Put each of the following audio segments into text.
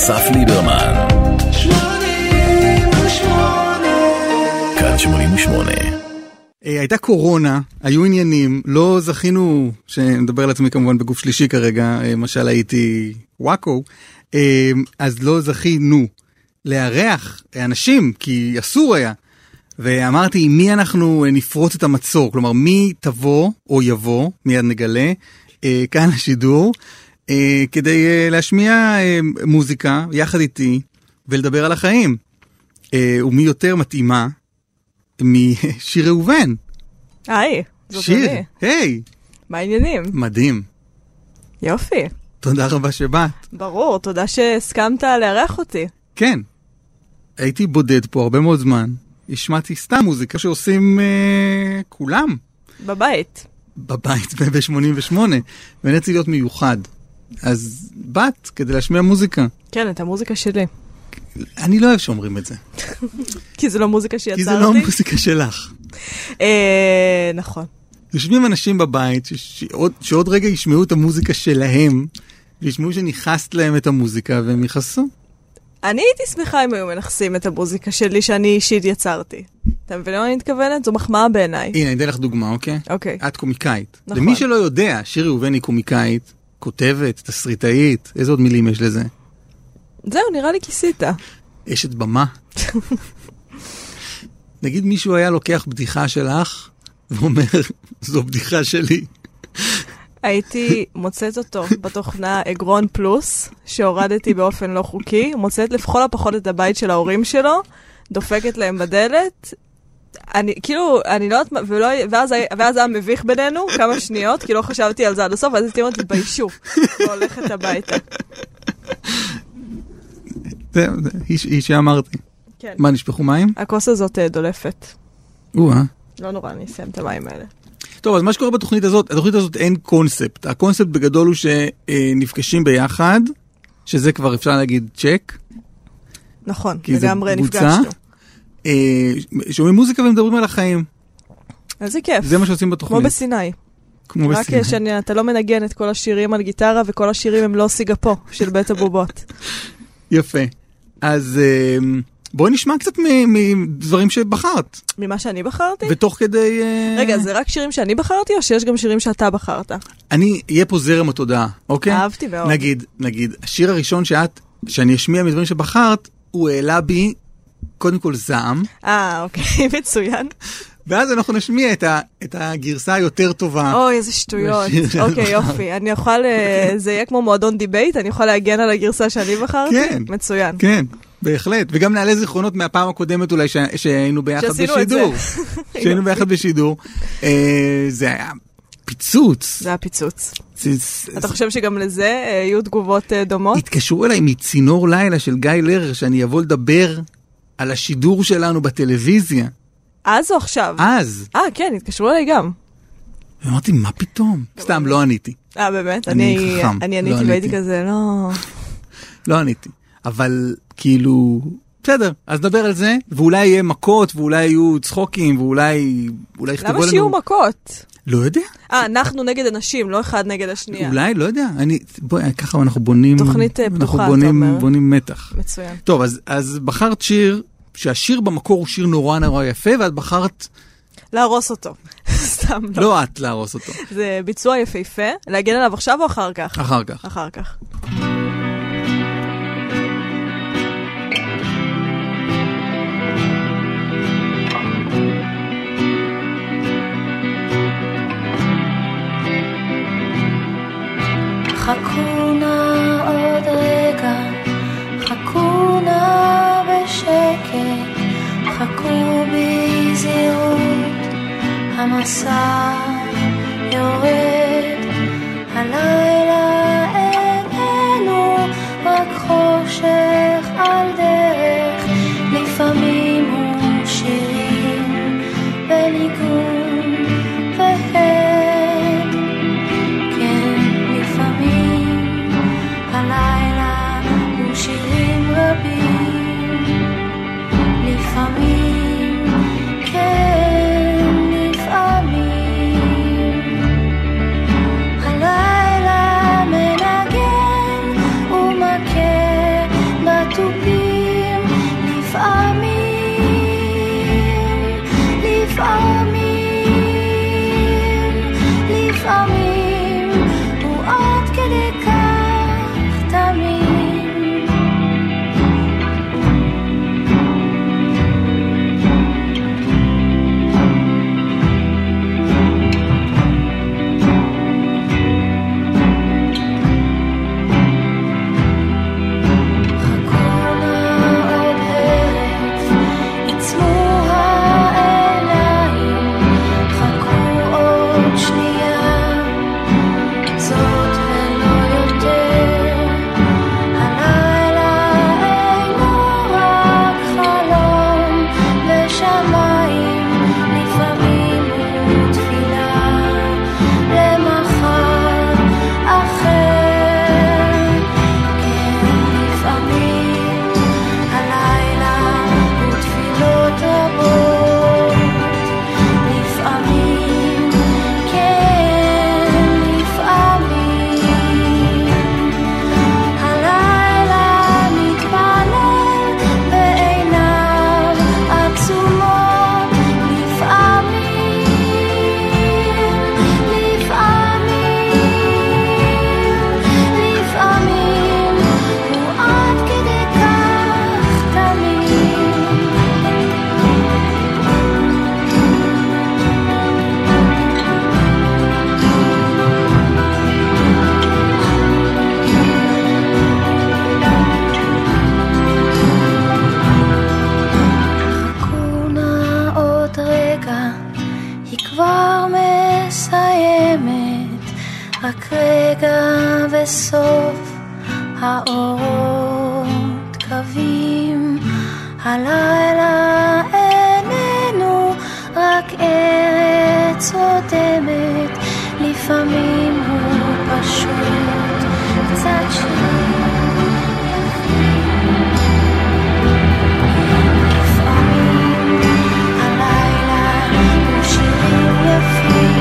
אסף ליברמן. 88 כאן 88. הייתה קורונה, היו עניינים, לא זכינו, שנדבר על עצמי כמובן בגוף שלישי כרגע, משל הייתי וואקו, אז לא זכינו לארח אנשים, כי אסור היה. ואמרתי, עם מי אנחנו נפרוץ את המצור? כלומר, מי תבוא או יבוא, מיד נגלה, כאן לשידור, כדי להשמיע מוזיקה יחד איתי ולדבר על החיים. ומי יותר מתאימה משיר ראובן. היי, זאת שיר, אני. היי. מה העניינים? מדהים. יופי. תודה רבה שבאת. ברור, תודה שהסכמת לארח אותי. כן. הייתי בודד פה הרבה מאוד זמן. השמעתי סתם מוזיקה שעושים כולם. בבית. בבית ב-88. ואני רציתי להיות מיוחד. אז באת כדי להשמיע מוזיקה. כן, את המוזיקה שלי. אני לא אוהב שאומרים את זה. כי זה לא מוזיקה שיצרתי. כי זה לא מוזיקה שלך. נכון. יושבים אנשים בבית שעוד רגע ישמעו את המוזיקה שלהם, וישמעו שנכנסת להם את המוזיקה והם יכעסו. אני הייתי שמחה אם היו מנחסים את המוזיקה שלי שאני אישית יצרתי. אתה מבין מה אני מתכוונת? זו מחמאה בעיניי. הנה, אני אתן לך דוגמה, אוקיי? אוקיי. את קומיקאית. נכון. למי שלא יודע, שיר ראובן היא קומיקאית, כותבת, תסריטאית, איזה עוד מילים יש לזה? זהו, נראה לי כיסית. אשת במה. נגיד מישהו היה לוקח בדיחה שלך, ואומר, זו בדיחה שלי. הייתי מוצאת אותו בתוכנה אגרון פלוס, שהורדתי באופן לא חוקי, מוצאת לכל הפחות את הבית של ההורים שלו, דופקת להם בדלת, אני לא יודעת, ואז היה מביך בינינו כמה שניות, כי לא חשבתי על זה עד הסוף, אז הייתי אומרת, תתביישו, והולכת הביתה. היא שאמרתי. כן. מה, נשפכו מים? הכוס הזאת דולפת. לא נורא, אני אסיים את המים האלה. טוב, אז מה שקורה בתוכנית הזאת, התוכנית הזאת אין קונספט. הקונספט בגדול הוא שנפגשים ביחד, שזה כבר אפשר להגיד צ'ק. נכון, לגמרי נפגשנו. שומעים מוזיקה ומדברים על החיים. איזה כיף. זה מה שעושים בתוכנית. כמו בסיני. כמו בסיני. רק שאתה לא מנגן את כל השירים על גיטרה, וכל השירים הם לא סיגפו של בית הבובות. יפה. אז בואי נשמע קצת מדברים שבחרת. ממה שאני בחרתי? ותוך כדי... רגע, זה רק שירים שאני בחרתי, או שיש גם שירים שאתה בחרת? יהיה פה זרם התודעה, אוקיי? אהבתי מאוד. נגיד, השיר הראשון שאני אשמיע מדברים שבחרת, הוא העלה בי, קודם כל זעם. אוקיי, מצוין. ואז אנחנו נשמיע את הגרסה היותר טובה. אוי, איזה שטויות. אוקיי, יופי. אני אוכל, זה יהיה כמו מועדון דיבייט, אני אוכל להגן על הגרסה שאני בחרתי? כן. מצוין. כן, בהחלט. וגם נעלה זכרונות מהפעם הקודמת אולי שהיינו ביחד בשידור. שהיינו ביחד בשידור. זה היה פיצוץ. זה היה פיצוץ. אתה חושב שגם לזה יהיו תגובות דומות? התקשרו אליי מצינור לילה של גיא לרר, שאני אבוא לדבר על השידור שלנו בטלוויזיה. אז או עכשיו? אז. כן, התקשרו אליי גם. ואמרתי, מה פתאום? סתם, לא עניתי. באמת? אני חכם. אני עניתי והייתי כזה, לא... לא עניתי. אבל כאילו, בסדר, אז נדבר על זה, ואולי יהיה מכות, ואולי יהיו צחוקים, ואולי יכתבו לנו... למה שיהיו מכות? לא יודע. אנחנו נגד אנשים, לא אחד נגד השנייה. אולי, לא יודע. בואי, ככה אנחנו בונים... תוכנית פתוחה, אנחנו אתה אומר. בונים מתח. מצוין. טוב, אז בחרת שיר, שהשיר במקור הוא שיר נורא נורא יפה, ואת בחרת... להרוס אותו. סתם לא. לא את להרוס אותו. זה ביצוע יפהפה. להגן עליו עכשיו או אחר כך? אחר כך. אחר כך. חכו נא עוד רגע, חכו נא בשקט, חכו בזהירות, המסע יורד, הלילה איננו רק חושך על דרך, לפעמים הוא שירים וניגון והד, כן לפעמים הלילה הוא שירים רבים, לפעמים כן לפעמים הוא עד כדי כך תמים. רק רגע וסוף האורות קווים. הלילה איננו רק ארץ אודמת, לפעמים הוא פשוט קצת שיר. לפעמים הלילה הוא שירים יפים.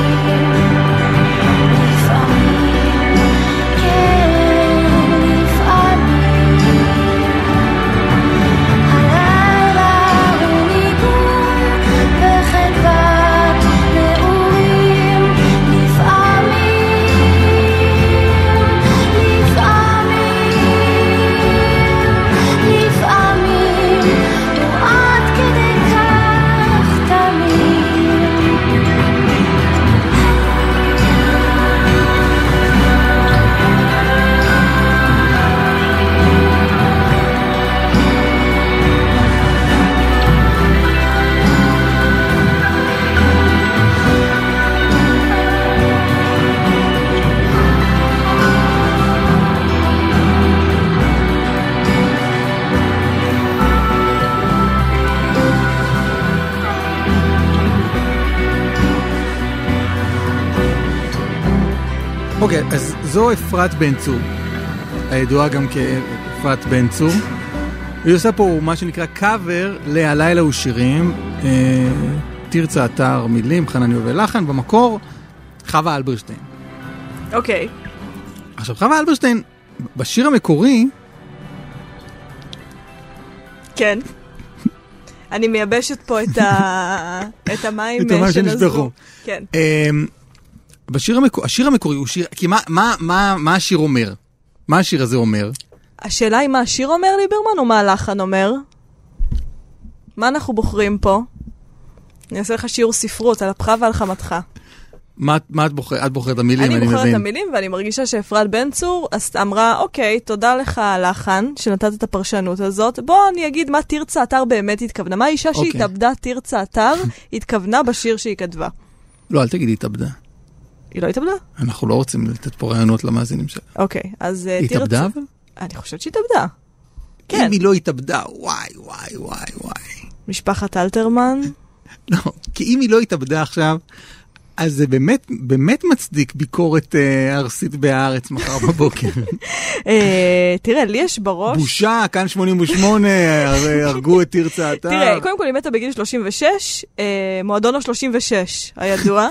אוקיי, אז זו אפרת בן צור, הידועה גם כאפרת בן צור. היא עושה פה מה שנקרא קאבר להלילה ושירים, תרצה אתר מילים, חנן יובל לחן, במקור חווה אלברשטיין. אוקיי. עכשיו חווה אלברשטיין, בשיר המקורי... כן. אני מייבשת פה את המים שנזבו. כן. השיר המקורי הוא שיר, כי מה השיר אומר? מה השיר הזה אומר? השאלה היא מה השיר אומר, ליברמן, או מה הלחן אומר? מה אנחנו בוחרים פה? אני אעשה לך שיעור ספרות על אפך ועל חמתך. מה את בוחרת? את בוחרת המילים, אני מבין. אני בוחרת המילים, ואני מרגישה שאפרת בן צור אמרה, אוקיי, תודה לך הלחן, שנתת את הפרשנות הזאת. בוא אני אגיד מה תרצה אתר באמת התכוונה. מה האישה שהתאבדה תרצה אתר התכוונה בשיר שהיא כתבה? לא, אל תגידי התאבדה. היא לא התאבדה? אנחנו לא רוצים לתת פה רעיונות למאזינים שלה. אוקיי, אז היא התאבדה אבל? אני חושבת שהיא התאבדה. כן. אם היא לא התאבדה, וואי. משפחת אלתרמן? לא, כי אם היא לא התאבדה עכשיו, אז זה באמת מצדיק ביקורת ארסית בהארץ מחר בבוקר. תראה, לי יש בראש... בושה, כאן 88, הרגו את תרצה אתר. תראה, קודם כל היא מתה בגיל 36, מועדון ה-36, הידוע.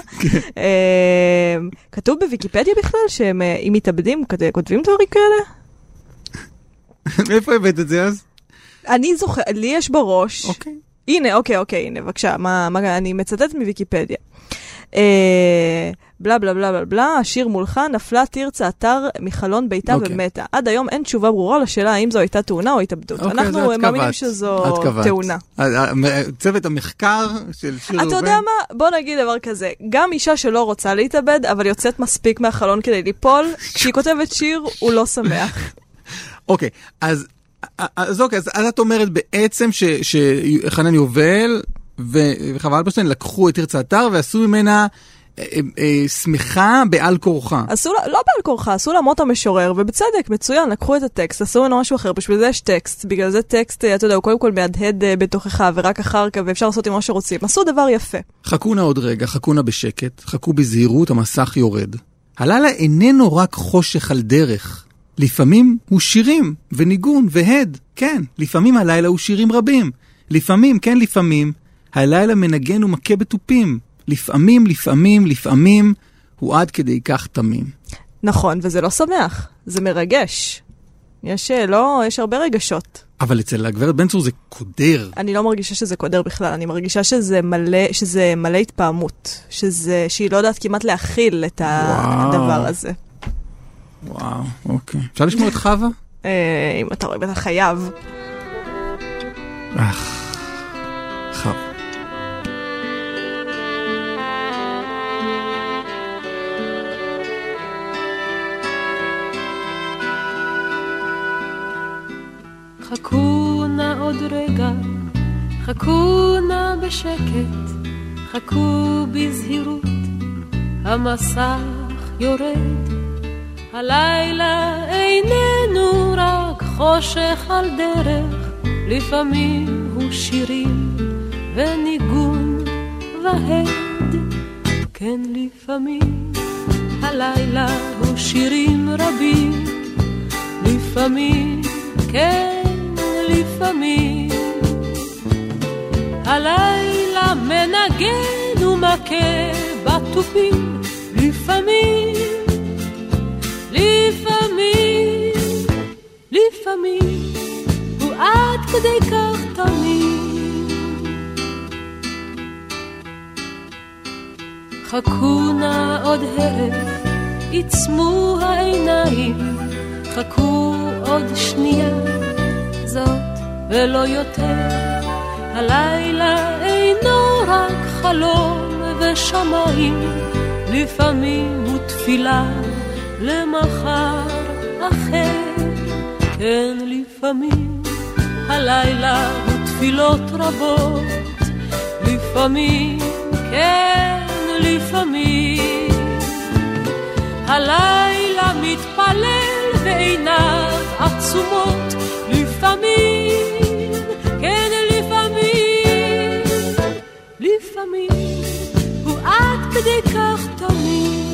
כתוב בוויקיפדיה בכלל שהם, אם מתאבדים, כותבים דברים כאלה? מאיפה הבאת את זה אז? אני זוכר, לי יש בראש... אוקיי. הנה, אוקיי, הנה, בבקשה, אני מצטטת מוויקיפדיה. בלה בלה בלה בלה בלה, השיר מולך, נפלה תרצה אתר מחלון ביתה ומתה. עד היום אין תשובה ברורה לשאלה האם זו הייתה תאונה או התאבדות. אנחנו מאמינים שזו תאונה. צוות המחקר של שיר ראובן. אתה יודע מה? בוא נגיד דבר כזה. גם אישה שלא רוצה להתאבד, אבל יוצאת מספיק מהחלון כדי ליפול, כשהיא כותבת שיר, הוא לא שמח. אוקיי, אז את אומרת בעצם שחנן יובל וחווה אלברשטיין לקחו את תרצה אתר ועשו ממנה שמחה בעל כורחה. לא בעל כורחה, עשו לה מות המשורר, ובצדק, מצוין, לקחו את הטקסט, עשו ממנו משהו אחר, בשביל זה יש טקסט, בגלל זה טקסט, אתה יודע, הוא קודם כל מהדהד בתוכך, ורק אחר כך, ואפשר לעשות עם מה שרוצים. עשו דבר יפה. חכו נא עוד רגע, חכו נא בשקט, חכו בזהירות, המסך יורד. הלילה איננו רק חושך על דרך. לפעמים הוא שירים, וניגון, והד. כן, לפעמים הלילה הוא שירים רבים. לפעמים, כן לפעמים, הלילה מנגן ומכה בטופים. לפעמים, הוא עד כדי כך תמים. נכון, וזה לא שמח, זה מרגש. יש הרבה רגשות. אבל אצל הגברת בן צור זה קודר. אני לא מרגישה שזה קודר בכלל, אני מרגישה שזה מלא התפעמות, שהיא לא יודעת כמעט להכיל את הדבר הזה. וואו, אוקיי. אפשר לשמוע את חווה? אם אתה רואה, אתה חייב. חווה. חכו נא עוד רגע, חכו נא בשקט, חכו בזהירות, המסך יורד. הלילה איננו רק חושך על דרך, לפעמים הוא שירים וניגון והד. כן, לפעמים הלילה הוא שירים רבים, לפעמים, כן, לפעמים הלילה מנגן ומכה בטופים, לפעמים הוא עד כדי כך תמיד. חכו נא עוד הרף, עצמו העיניים, חכו עוד שנייה, זאת ולא יותר. הלילה אינו רק חלום ושמיים, לפעמים הוא תפילה למחר אחר. כן, לפעמים הלילה הוא תפילות רבות, לפעמים, כן, לפעמים הלילה מתפלל ועיניו עצומות, לפעמים, כן, לפעמים הוא עד כדי כך תמיד.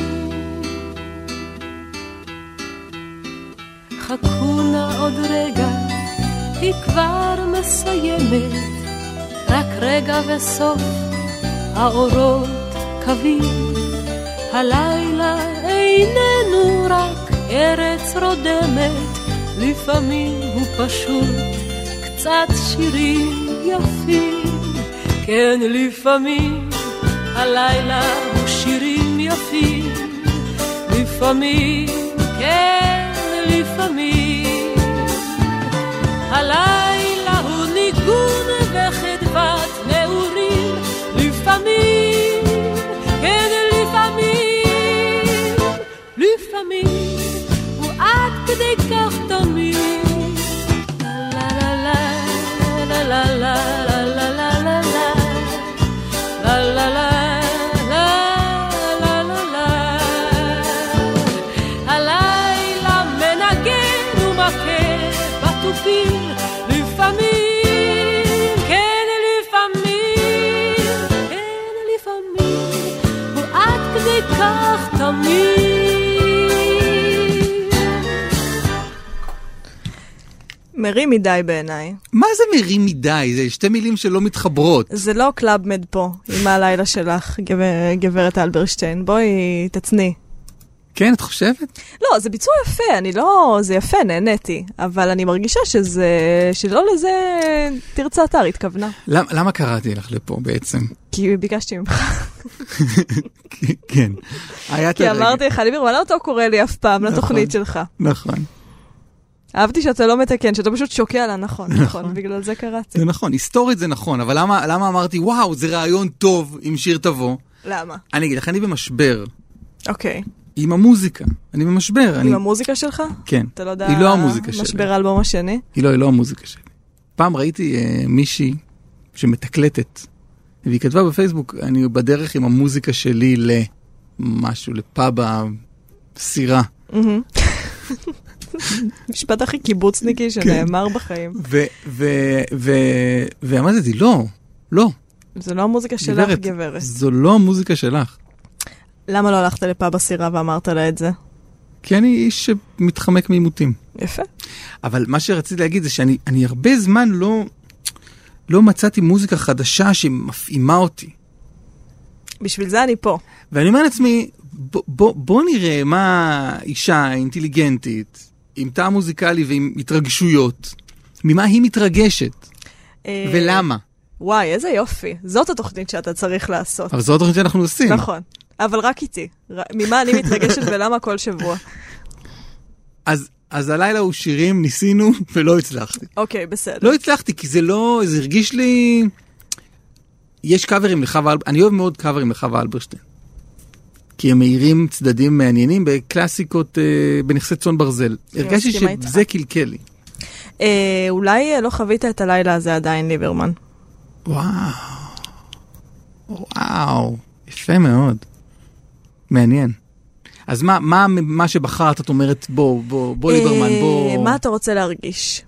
חכו נא עוד רגע, היא כבר מסיימת, רק רגע וסוף האורות קווים. הלילה איננו רק ארץ רודמת, לפעמים הוא פשוט קצת שירים יפים. כן, לפעמים הלילה הוא שירים יפים, לפעמים, כן, לפעמים הלילה הוא ניגון וחדוות נעורים, לפעמים, כן, לפעמים הוא עד כדי כך תמיד. לה לה לה לה לה לה לה לה לה לה מרים מדי בעיניי. מה זה מרים מדי? זה שתי מילים שלא מתחברות. זה לא קלאבמד פה, עם הלילה שלך, גברת אלברשטיין. בואי, תצני. כן, את חושבת? לא, זה ביצוע יפה, זה יפה, נהניתי, אבל אני מרגישה שלא לזה תרצה אתר, התכוונה. למה קראתי לך לפה בעצם? כי ביקשתי ממך. כן. כי אמרתי לך, ליברמן, לא אותו קורא לי אף פעם לתוכנית שלך. נכון. אהבתי שאתה לא מתקן, שאתה פשוט שוקע לה, נכון, בגלל זה קראתי. זה נכון, היסטורית זה נכון, אבל למה אמרתי, וואו, זה רעיון טוב אם שיר תבוא? למה? אני אגיד לך, אני במשבר. אוקיי. עם המוזיקה, אני במשבר. עם המוזיקה שלך? כן. אתה לא יודע... היא לא המוזיקה שלי. משבר האלבום השני? היא לא המוזיקה שלי. פעם ראיתי מישהי שמתקלטת, והיא כתבה בפייסבוק, אני בדרך עם המוזיקה שלי למשהו, לפאב הסירה. משפט הכי קיבוצניקי שנאמר בחיים. ואמרתי, לא. זה לא המוזיקה שלך, גברת. זו לא המוזיקה שלך. למה לא הלכת לפאב הסירה ואמרת לה את זה? כי אני איש שמתחמק מעימותים. יפה. אבל מה שרציתי להגיד זה שאני הרבה זמן לא מצאתי מוזיקה חדשה שמפעימה אותי. בשביל זה אני פה. ואני אומר לעצמי, בוא נראה מה אישה אינטליגנטית, עם טעם מוזיקלי ועם התרגשויות, ממה היא מתרגשת, ולמה. וואי, איזה יופי. זאת התוכנית שאתה צריך לעשות. אבל זאת התוכנית שאנחנו עושים. נכון. אבל רק איתי. ממה אני מתרגשת ולמה כל שבוע. אז הלילה הוא שירים, ניסינו, ולא הצלחתי. אוקיי, בסדר. לא הצלחתי, כי זה הרגיש לי... יש קאברים לחווה, אני אוהב מאוד קאברים לחווה אלברשטיין. כי הם מאירים צדדים מעניינים בקלאסיקות, בנכסי צאן ברזל. הרגשתי שזה קלקל לי. אולי לא חווית את הלילה הזה עדיין, ליברמן. וואו, יפה מאוד. מעניין. אז מה שבחרת, את אומרת, בוא ליברמן, בוא... מה אתה רוצה להרגיש?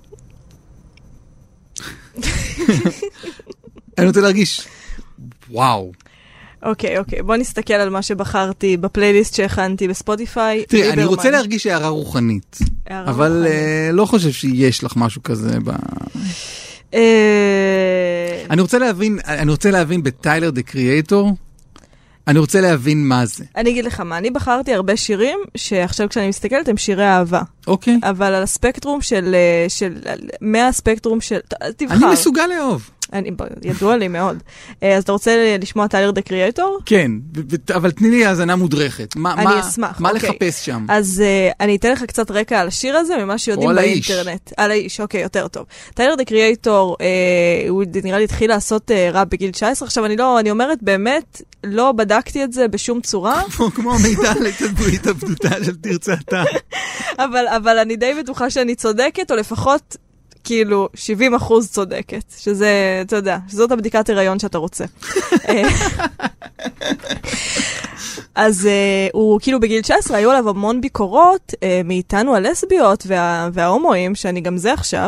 אני רוצה להרגיש, וואו. אוקיי, בוא נסתכל על מה שבחרתי בפלייליסט שהכנתי בספוטיפיי. תראי, אני רוצה להרגיש הערה רוחנית, אבל לא חושב שיש לך משהו כזה ב... אני רוצה להבין בטיילר דה קריאטור, אני רוצה להבין מה זה. אני אגיד לך מה, אני בחרתי הרבה שירים שעכשיו כשאני מסתכלת הם שירי אהבה. אוקיי. אבל על הספקטרום מהספקטרום של... תבחר. אני מסוגל לאהוב. ידוע לי מאוד. אז אתה רוצה לשמוע טיילר דה קריאטור? כן, אבל תני לי האזנה מודרכת. אני אשמח. מה לחפש שם? אז אני אתן לך קצת רקע על השיר הזה, ממה שיודעים באינטרנט. על האיש, אוקיי, יותר טוב. טיילר דה קריאטור, הוא נראה לי התחיל לעשות ראפ בגיל 19, עכשיו אני אומרת באמת, לא בדקתי את זה בשום צורה. כמו המידע על התאבדותה של תרצה אתה. אבל אני די בטוחה שאני צודקת, או לפחות... כאילו 70% צודקת, שזה, אתה יודע, שזאת הבדיקת הריון שאתה רוצה. אז הוא כאילו בגיל 19, היו עליו המון ביקורות מאיתנו הלסביות וההומואים, שאני גם זה עכשיו,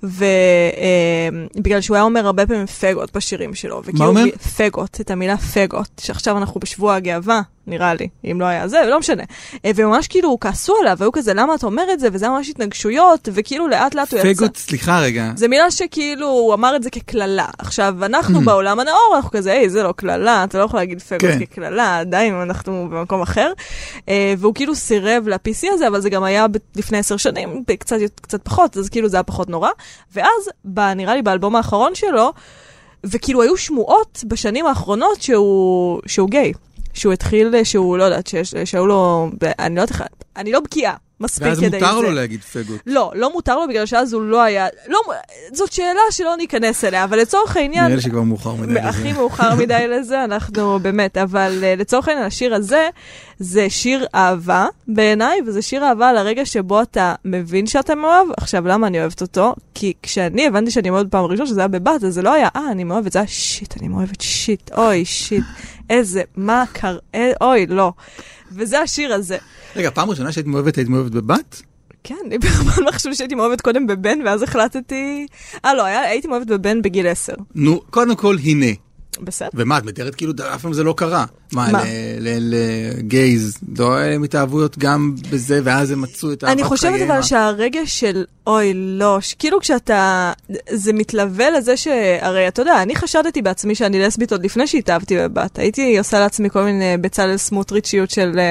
ובגלל שהוא היה אומר הרבה פעמים פגות בשירים שלו. מה אומר? פגות, את המילה פגות, שעכשיו אנחנו בשבוע הגאווה, נראה לי, אם לא היה זה, לא משנה. וממש כאילו כעסו עליו, והיו כזה, למה אתה אומר את זה? וזה ממש התנגשויות, וכאילו לאט לאט הוא יצא. פגות, סליחה רגע. זה מילה שכאילו, הוא אמר את זה ככללה. עכשיו, אנחנו בעולם הנאור, אנחנו כזה, זה לא כללה, אתה לא יכול להגיד פגות ככללה, עדיין אנחנו במקום אחר. והוא כאילו סירב ל-PC הזה, אבל זה גם היה לפני 10 שנים, קצת פחות, אז כאילו זה היה פחות נורא. ואז, נראה לי באלבום האחרון שלו, וכאילו היו שמועות בשנים האחרונות שהוא גיי. שהוא התחיל, שהוא לא יודעת, שהיו לו, אני לא בקיאה, מספיק כדי זה. ואז מותר לו להגיד פגות. לא מותר לו, בגלל שאז הוא לא היה, זאת שאלה שלא ניכנס אליה, אבל לצורך העניין... נראה לי שכבר מאוחר מדי לזה. הכי מאוחר מדי לזה, אנחנו באמת, אבל לצורך העניין, השיר הזה, זה שיר אהבה בעיניי, וזה שיר אהבה על הרגע שבו אתה מבין שאתה מאוהב. עכשיו, למה אני אוהבת אותו? כי כשאני הבנתי שאני מאוהבת פעם ראשונה, שזה היה בבת, אז זה לא היה, אני מאוהבת, זה היה שיט, אני מאוהבת שיט, אוי, שיט, איזה, מה קרה, אוי, לא. וזה השיר הזה. רגע, פעם ראשונה שהיית מאוהבת, היית מאוהבת בבת? כן, אני ברמן חשוב שהייתי מאוהבת קודם בבן, ואז החלטתי... לא, הייתי מאוהבת בבן בגיל 10. נו, קודם כל, הנה. בסדר. ומה, את מתארת כאילו, אף פעם זה לא קרה. מה? לגייז, לא היה להם התאהבויות גם בזה, ואז הם מצאו את אהבת חייהם. אני חושבת אבל שהרגע של, אוי, לא, כאילו כשאתה, זה מתלווה לזה שהרי, אתה יודע, אני חשדתי בעצמי שאני לסבית עוד לפני שהתאהבתי בבת. הייתי עושה לעצמי כל מיני בצלאל סמוטריצ'יות של...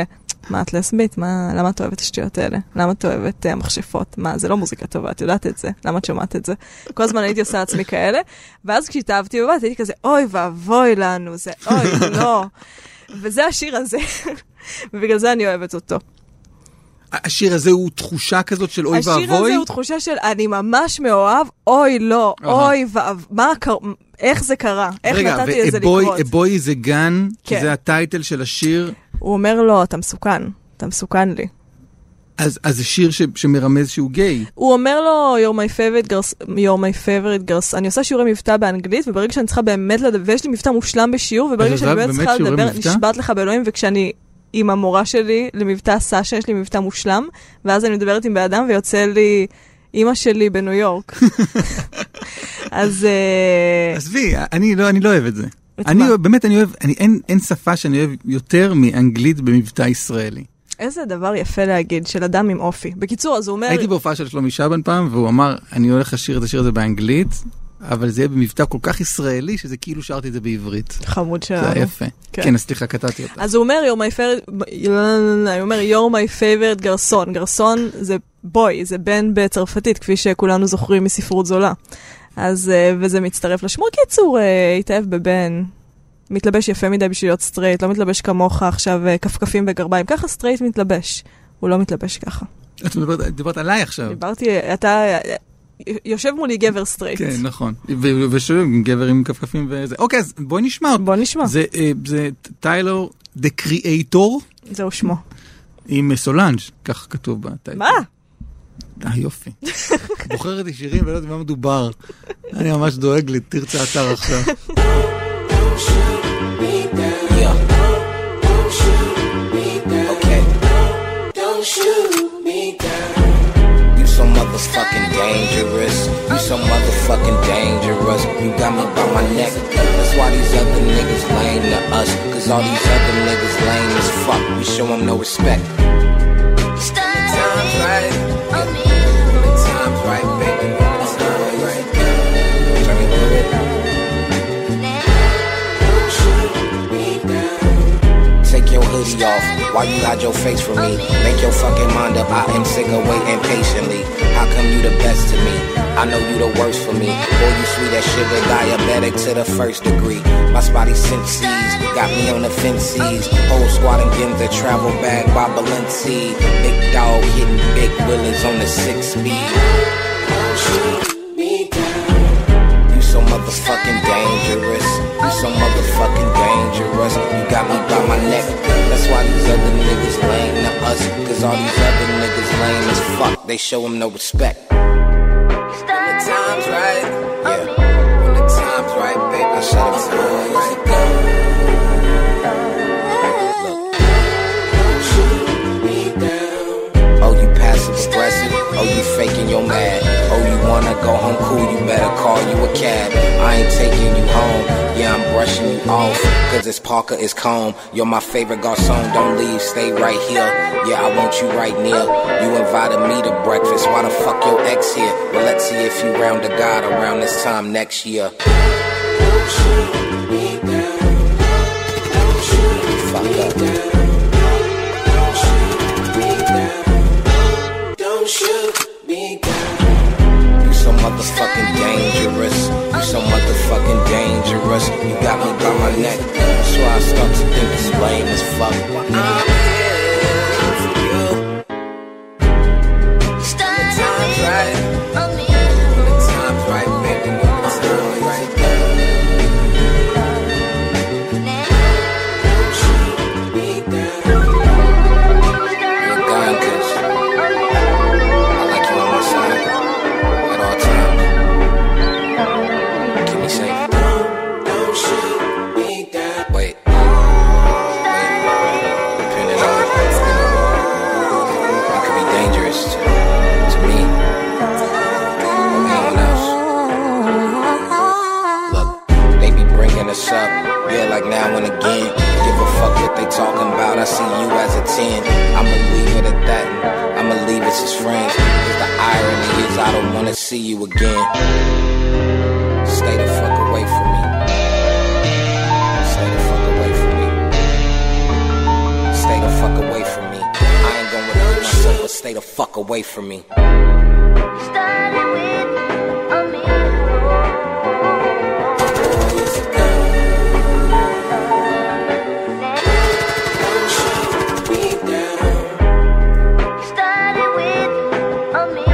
מה את לסבית? למה את אוהבת השטויות האלה? למה את אוהבת המכשפות? מה, זה לא מוזיקה טובה, את יודעת את זה? למה את שומעת את זה? כל הזמן הייתי עושה לעצמי כאלה, ואז כשהתאהבתי בבת, הייתי כזה, אוי ואבוי לנו, זה אוי, לא. וזה השיר הזה, ובגלל זה אני אוהבת אותו. השיר הזה הוא תחושה כזאת של אוי ואבוי? השיר הזה הוא תחושה של אני ממש מאוהב, אוי לא, אוי ואבוי, איך זה קרה? איך נתתי לזה לקרות? רגע, אבוי זה גן, שזה הטייטל של השיר? הוא אומר לו, אתה מסוכן, אתה מסוכן לי. אז זה שיר שמרמז שהוא גיי. הוא אומר לו, you're my favorite girls. אני עושה שיעורי מבטא באנגלית, וברגע שאני צריכה באמת לדבר, ויש לי מבטא מושלם בשיעור, וברגע שאני באמת צריכה לדבר, נשבעת לך באלוהים, וכשאני עם המורה שלי למבטא סשה, יש לי מבטא מושלם, ואז אני מדברת עם באדם, ויוצא לי אמא שלי בניו יורק. אז... עזבי, אני לא אוהב את זה. באמת, אני אוהב, אין שפה שאני אוהב יותר מאנגלית במבטא ישראלי. איזה דבר יפה להגיד, של אדם עם אופי. בקיצור, אז הוא אומר... הייתי בהופעה של שלומי שבן פעם, והוא אמר, אני הולך לשיר את השיר הזה באנגלית, אבל זה יהיה במבטא כל כך ישראלי, שזה כאילו שרתי את זה בעברית. חמוד שלנו. זה היה יפה. כן, אז סליחה, קטעתי אותה. אז הוא אומר, you're my favorite גרסון. גרסון זה בוי, זה בן בצרפתית, כפי שכולנו זוכרים מספרות זולה. אז, וזה מצטרף לשמור. קיצור, התאהב בבן... מתלבש יפה מדי בשביל להיות סטרייט, לא מתלבש כמוך עכשיו כפכפים וגרביים. ככה סטרייט מתלבש. הוא לא מתלבש ככה. את דיברת עליי עכשיו. דיברתי, אתה יושב מולי גבר סטרייט. כן, נכון. ושוב, גבר עם כפכפים וזה. אוקיי, אז בואי נשמע אותו. בואי נשמע. זה טיילור, The Creator. זהו שמו. עם סולנג', כך כתוב בטייטל. מה? יופי. בוחרת לי שירים ולא יודעת מה מדובר. אני ממש דואג לי, תרצה אתר עכשיו. You so motherfucking dangerous. You so motherfucking dangerous. You got me by my neck. That's why these other niggas lame to us. Cause all these other niggas lame as fuck. We show them no respect. Time's right. Time's right, baby. Time's right. Turn me through it. Take your hoodie off while you hide your face from me. Make your fucking mind up. I am sick of waiting patiently. How come you the best to me? I know you the worst for me. Boy, you sweet as sugar, diabetic to the first degree. My spotty senses got me on the fences. Whole squad and Ginza travel bag by Balenci. Big dog hitting big willies on the 6-speed. You so motherfucking dangerous. You so motherfucking dangerous. You got me by my neck. That's why these other niggas lame to us. Cause all these other niggas lame as fuck. They show them no respect. When the time's right, yeah. When the time's right, baby, I shut up time right. Look. Oh, you passive aggressive. Oh, you faking your mad. Oh, you wanna go home cool, you better call you a cab. I ain't taking you home, yeah, I'm brushing you off. Cause it's Parker, it's Comb. You're my favorite garçon, don't leave, stay right here. Yeah, I want you right near. You invited me to breakfast, why the fuck your ex here? Well, let's see if you round the God around this time next year. Fuck up. Don't shoot me down. You so motherfucking dangerous. You so motherfucking dangerous. You got me by my neck. That's why I start to think it's lame as fuck. I'm here for you. When the time's right. When the time's right, baby. When the time's right. Don't shoot me down. You're gone, cause I like you on my side at all times. Keep me safe. Don't shoot me down. Wait. Depending on, it could be dangerous to me or anyone else. Look, they be bringing us up, yeah, like now and again. Give a fuck what they talking about. I see you as a 10. I'ma leave it at that. I'ma leave us as friends. Cause the irony is I don't wanna see you again. Stay the fuck away from me. Stay the fuck away from me. Stay the fuck away from me. stay the fuck away from me. Started with a me. Started with a me.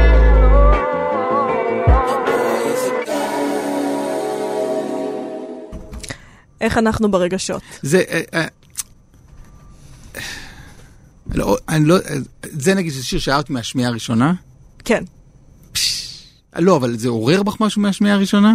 איך אנחנו ברגשות? זה... לא, אני לא... זה נגיד, זה שיר שאהבת מהשמיעה הראשונה? כן. לא, אבל זה עורר בך משהו מהשמיעה הראשונה?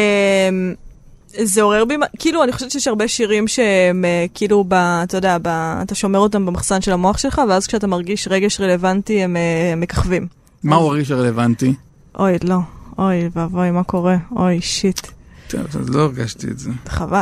זה עורר בי, כאילו, אני חושבת שיש הרבה שירים שהם, כאילו, אתה יודע, אתה שומר אותם במחסן של המוח שלך, ואז כשאתה מרגיש רגש רלוונטי, הם מככבים. מה הוא הרגש הרלוונטי? אוי, לא. אוי, ואבוי, מה קורה? אוי, שיט. טוב, אז לא הרגשתי את זה. חבל.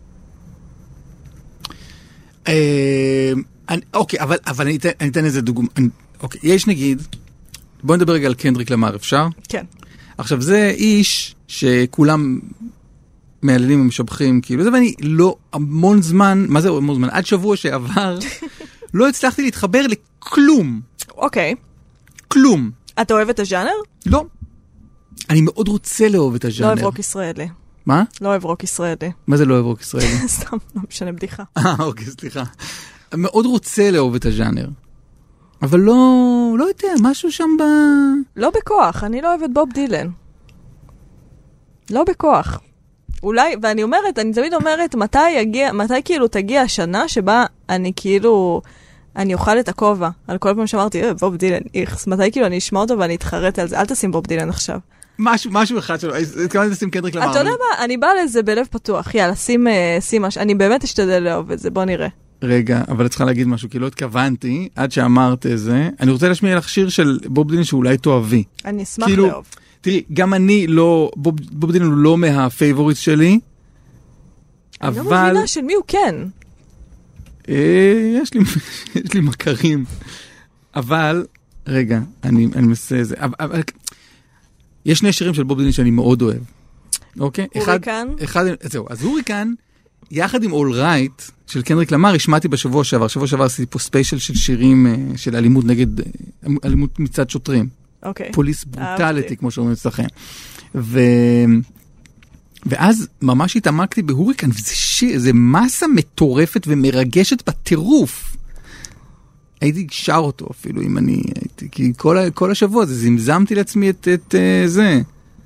אוקיי, אבל אני אתן איזה דוגמה. אוקיי, יש נגיד, בואו נדבר רגע על קנדריק למר, אפשר? כן. עכשיו, זה איש שכולם מעללים ומשבחים, כאילו, זה ואני לא המון זמן, מה זה המון זמן? עד שבוע שעבר, לא הצלחתי להתחבר לכלום. אוקיי. כלום. אתה אוהב את הז'אנר? לא. אני מאוד רוצה לאהוב את הז'אנר. לא אוהב רוק ישראלי. מה? לא אוהב רוק ישראלי. מה זה לא אוהב רוק ישראלי? סתם, לא משנה בדיחה. אוקיי, סליחה. אני מאוד רוצה לאהוב את הז'אנר. אבל לא יודע, משהו שם לא בכוח, אני לא אוהבת בוב דילן. לא בכוח. אולי, ואני אומרת, אני תמיד אומרת, מתי כאילו תגיע השנה שבה אני כאילו, אני אוכל את הכובע. על כל פעם שאמרתי, בוב דילן, איכס, מתי כאילו אני אשמע אותו ואני אתחרט על זה, אל תשים בוב דילן עכשיו. משהו אחד שלו, התכוונתי לשים קנדריק למר. אתה יודע מה, אני באה לזה בלב פתוח, יאללה, שים משהו, אני באמת אשתדל לאהוב את זה, בוא נראה. רגע, אבל את צריכה להגיד משהו, כי לא התכוונתי, עד שאמרת זה. אני רוצה להשמיע לך שיר של בוב דילן שאולי תאהבי. אני אשמח לאהוב. תראי, גם אני לא, בוב דילן הוא לא מהפייבוריט שלי, אני אבל... לא מבינה של מי הוא כן. יש לי מכרים. אבל, רגע, אני מנסה זה. אבל, יש שני שירים של בוב דילן שאני מאוד אוהב. אוקיי? הוריקן? זהו, אז הוריקן, יחד עם All Right של קנדריק למר, השמעתי בשבוע שעבר. שבוע שעבר עשיתי פה ספיישל של שירים של אלימות נגד, אלימות מצד שוטרים. אוקיי. פוליס ברוטליטי, כמו שאומרים אצלכם. ואז ממש התעמקתי בהוריקן, וזה שיר, זה מסה מטורפת ומרגשת בטירוף. הייתי שר אותו אפילו, אם אני הייתי, כי כל השבוע הזה זמזמתי לעצמי את זה.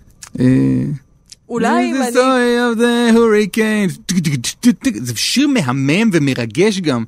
אולי אם אני... of the hurricane. זה שיר מהמם ומרגש גם.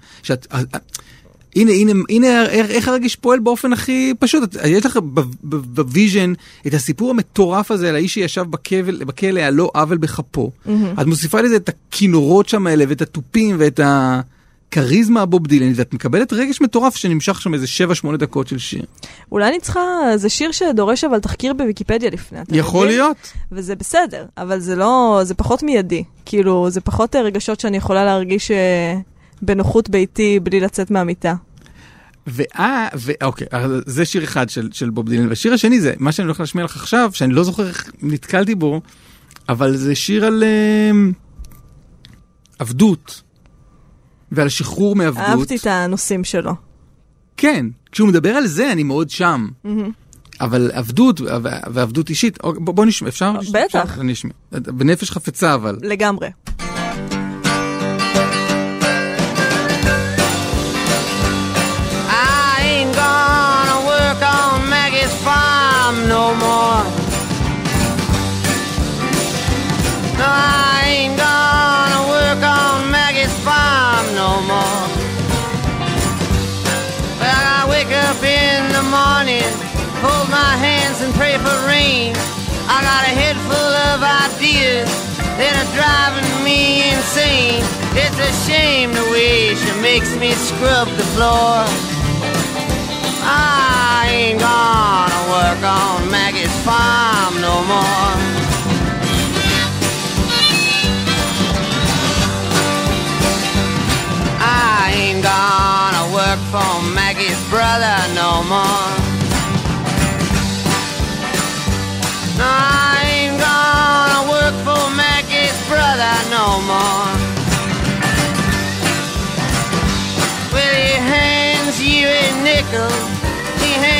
הנה איך הרגש פועל באופן הכי פשוט. יש לך בוויז'ן את הסיפור המטורף הזה על האיש שישב בכלא הלא עוול בחפו. את מוסיפה לזה את הכינורות שם האלה ואת הטופים ואת הקריזמה הבוב דילן, ואת מקבלת רגש מטורף שנמשך שם איזה 7-8 דקות של שיר. אולי אני צריכה, זה שיר שדורש אבל תחקיר בוויקיפדיה לפני. יכול להיות. וזה בסדר, אבל זה לא, זה פחות מיידי. כאילו, זה פחות רגשות שאני יכולה להרגיש בנוחות ביתי בלי לצאת מהמיטה. אוקיי, זה שיר אחד של בוב דילן, והשיר השני זה, מה שאני הולך להשמיע לך עכשיו, שאני לא זוכר איך נתקלתי בו, אבל זה שיר על עבדות, ועל שחרור מעבדות. אהבתי את הנושאים שלו. כן, כשהוא מדבר על זה, אני מאוד שם. אבל עבדות, ועבדות אישית, בוא נשמע, אפשר? בטח. אני אשמע. בנפש חפצה, אבל. לגמרי. No more. No, I ain't gonna work on Maggie's farm no more. Well, I wake up in the morning, hold my hands and pray for rain. I got a head full of ideas that are driving me insane. It's a shame the way she makes me scrub the floor. I ain't gonna work on Maggie's farm no more. I ain't gonna work for Maggie's brother no more. No, I ain't gonna work for Maggie's brother no more. Well, he hands you a nickel, he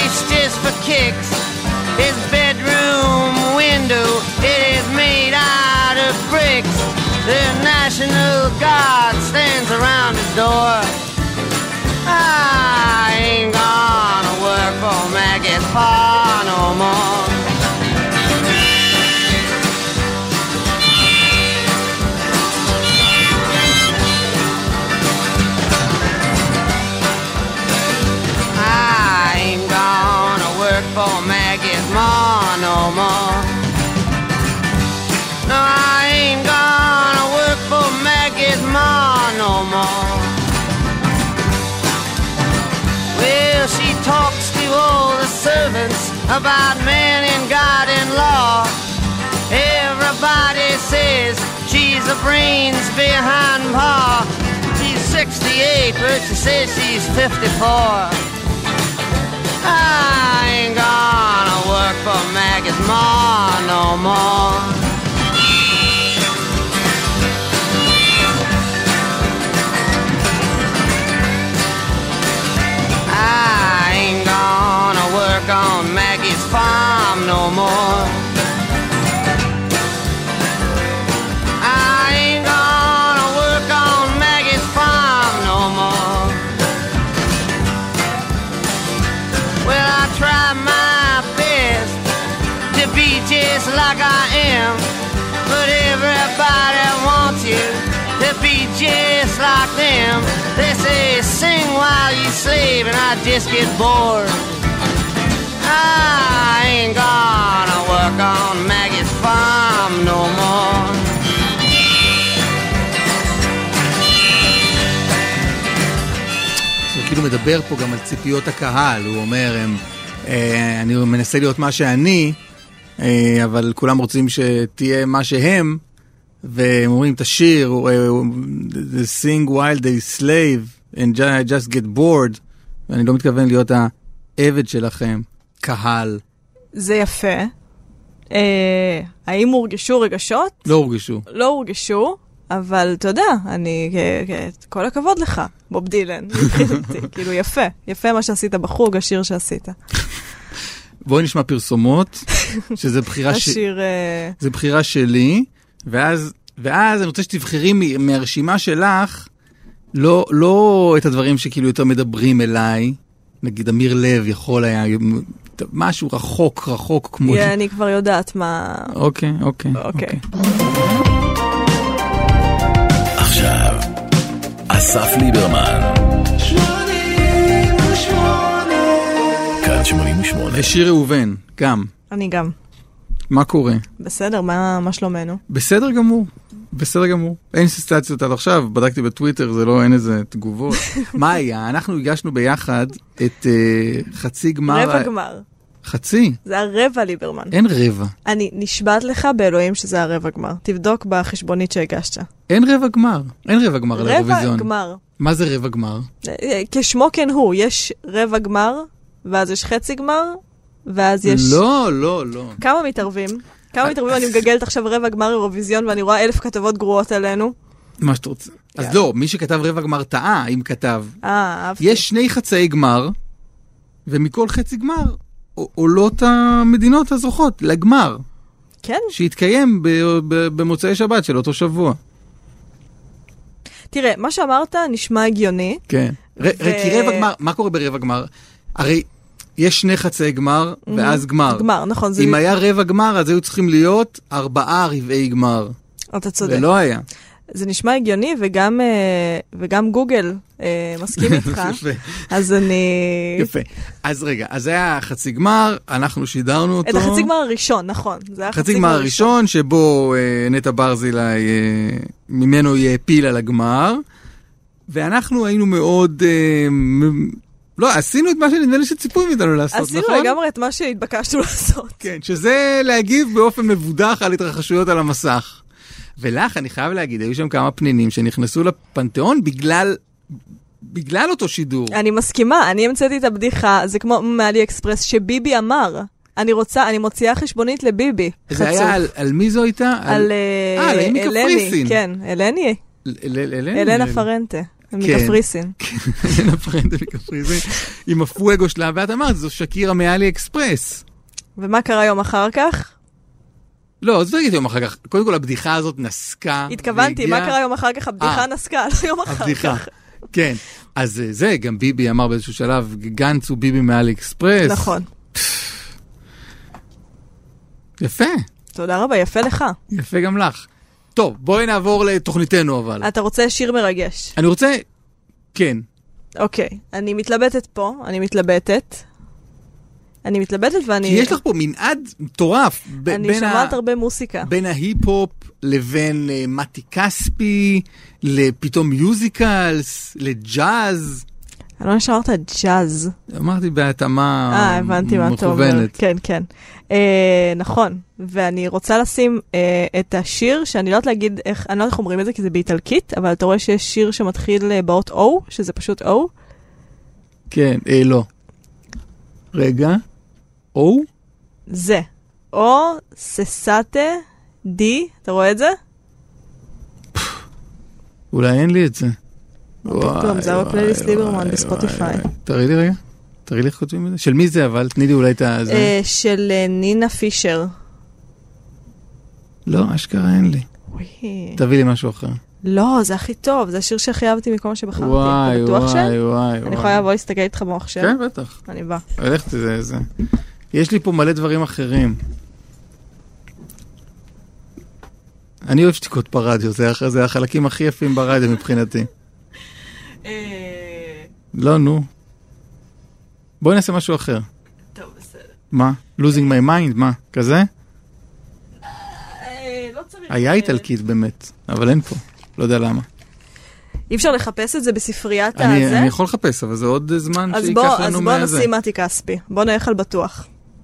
least just for kicks. His bedroom window, it is made out of bricks. The National Guard stands around his door. I ain't gonna work for Maggie's Pa no more. I ain't gonna work for Maggie's Ma no more. No, I ain't gonna work for Maggie's Ma no more. Well, she talks to all the servants about man and God and law. Everybody says she's the brains behind Pa. She's 68, but she says she's 54. I ain't gonna work for Maggie's Ma no more. I ain't gonna work on Maggie's farm no more. I ain't gonna work on Maggie's farm no more. Well, I try my best to be just like I am, but everybody wants you to be just like them. They say sing while you slave, and I just get bored. I ain't gonna work on Maggie's farm no more. הוא כאילו מדבר פה גם על ציפיות הקהל, הוא אומר, אני מנסה להיות מה שאני, אבל כולם רוצים שתהיה מה שהם, והם אומרים, תשיר, sing while they slave, and just get bored, ואני לא מתכוון להיות העבד שלכם, קהל. זה יפה. האם הורגשו רגשות? לא הורגשו. לא הורגשו, אבל אתה יודע, אני, כל הכבוד לך, בוב דילן, כאילו יפה, יפה מה שעשית בחוג, השיר שעשית. בואי נשמע פרסומות, שזה בחירה זה בחירה שלי, ואז אני רוצה שתבחרי מהרשימה שלך, לא את הדברים שכאילו יותר מדברים אליי, נגיד אמיר לב יכול היה, משהו רחוק כמו... אני כבר יודעת מה... אוקיי. עכשיו, אסף ליברמן. 88. כאן 88. ושיר ראובן, גם. אני גם. מה קורה? בסדר, מה שלומנו? בסדר גמור. אין סיסטציות עד עכשיו, בדקתי בטוויטר, זה לא, אין איזה תגובות. מה היה? אנחנו הגשנו ביחד את חצי גמר... רבע גמר. חצי? זה הרבע ליברמן. אין רבע. אני נשבעת לך באלוהים שזה הרבע גמר. תבדוק בחשבונית שהגשת. אין רבע גמר לאירוויזיון. רבע גמר. מה זה רבע גמר? כשמו כן הוא, יש רבע גמר, ואז יש חצי גמר, ואז יש... לא. כמה מתערבים אני מגגלת עכשיו רבע גמר אירוויזיון, ואני רואה 1000 כתבות גרועות עלינו. מה שאתה רוצה. אז לא, מי שכתב רבע גמר טעה, אם כתב. אהבתי. יש 2 חצאי גמר, ומכל חצי גמר עולות המדינות הזוכות לגמר. כן. שהתקיים במוצאי שבת של אותו שבוע. תראה, מה שאמרת נשמע הגיוני. כן. כי רבע גמר, מה קורה ברבע גמר? הרי יש 2 חצאי גמר, ואז גמר. גמר, נכון. אם היה רבע גמר, אז היו צריכים להיות 4 רבעי גמר. אתה צודק. ולא היה. זה נשמע הגיוני, וגם גוגל מסכים איתך. יפה. אז אני... יפה. אז רגע, אז זה היה חצי גמר, אנחנו שידרנו אותו. את החצי גמר הראשון, נכון. חצי גמר הראשון, שבו נטע ברזילי, ממנו יהיה פיל על הגמר, ואנחנו היינו מאוד... לא, עשינו את מה שנדמה לי שציפו מאיתנו לעשות, נכון? עשינו לגמרי את מה שהתבקשנו לעשות. כן, שזה להגיב באופן מבודח על התרחשויות על המסך. ולך, אני חייב להגיד, היו שם כמה פנינים שנכנסו לפנתיאון בגלל אותו שידור. אני מסכימה, אני המצאתי את הבדיחה, זה כמו מאלי אקספרס, שביבי אמר, אני מוציאה חשבונית לביבי. זה היה על מי זו הייתה? על אלני קפריסין. כן, אלנה פרנטה. מקפריסין. אלנה פרנדה מקפריסין, עם הפואגו שלה, ואת אמרת, זו שקירה מאלי אקספרס. ומה קרה יום אחר כך? לא, אז תגיד יום אחר כך. קודם כל, הבדיחה הזאת נסקה. התכוונתי, מה קרה יום אחר כך? הבדיחה נסקה, לא יום אחר הבדיחה, כך. כן. אז זה, גם ביבי אמר באיזשהו שלב, גנץ הוא ביבי מאלי אקספרס. נכון. יפה. תודה רבה, יפה לך. יפה גם לך. טוב, בואי נעבור לתוכניתנו אבל. אתה רוצה שיר מרגש? אני רוצה, כן. אוקיי, אני מתלבטת פה, אני מתלבטת ואני... כי יש לך פה מנעד מטורף. אני שומעת הרבה מוזיקה. בין ההיפ-הופ לבין מתי כספי, לפתאום מיוזיקלס, לג'אז. אני לא שמעת ג'אז. אמרתי בהתאמה הבנתי מה אתה אומר. כן, כן. נכון. ואני רוצה לשים את השיר, שאני לא יודעת להגיד איך, אני לא יודעת איך אומרים את זה, כי זה באיטלקית, אבל אתה רואה שיש שיר שמתחיל באות O, שזה פשוט O? כן, לא. רגע. O? זה. או ססאטה די, אתה רואה את זה? אולי אין לי את זה. פתאום, זה בפלייליסט ליברמן בספוטיפיי. תראי לי רגע. תראי לי איך כותבים את זה. של מי זה אבל? תני לי אולי את זה. של נינה פישר. לא, אשכרה אין לי. תביא לי משהו אחר. לא, זה הכי טוב. זה השיר שהכי אהבתי מכל מה שבחרתי. וואי, וואי, וואי. אני יכולה לבוא להסתכל איתך במחשב? כן, בטח. אני באה. הלכת זה. יש לי פה מלא דברים אחרים. אני אוהב שתיקות ברדיו, זה החלקים הכי יפים ברדיו מבחינתי. לא, נו. בואי נעשה משהו אחר. טוב, בסדר. מה? Losing my mind? מה? כזה? לא צריך. היה איטלקית באמת, אבל אין פה. לא יודע למה. אי אפשר לחפש את זה בספריית הזה? אני יכול לחפש, אבל זה עוד זמן שיקח לנו מהזה. אז בוא נשים מתי כספי. בוא נלך על בטוח.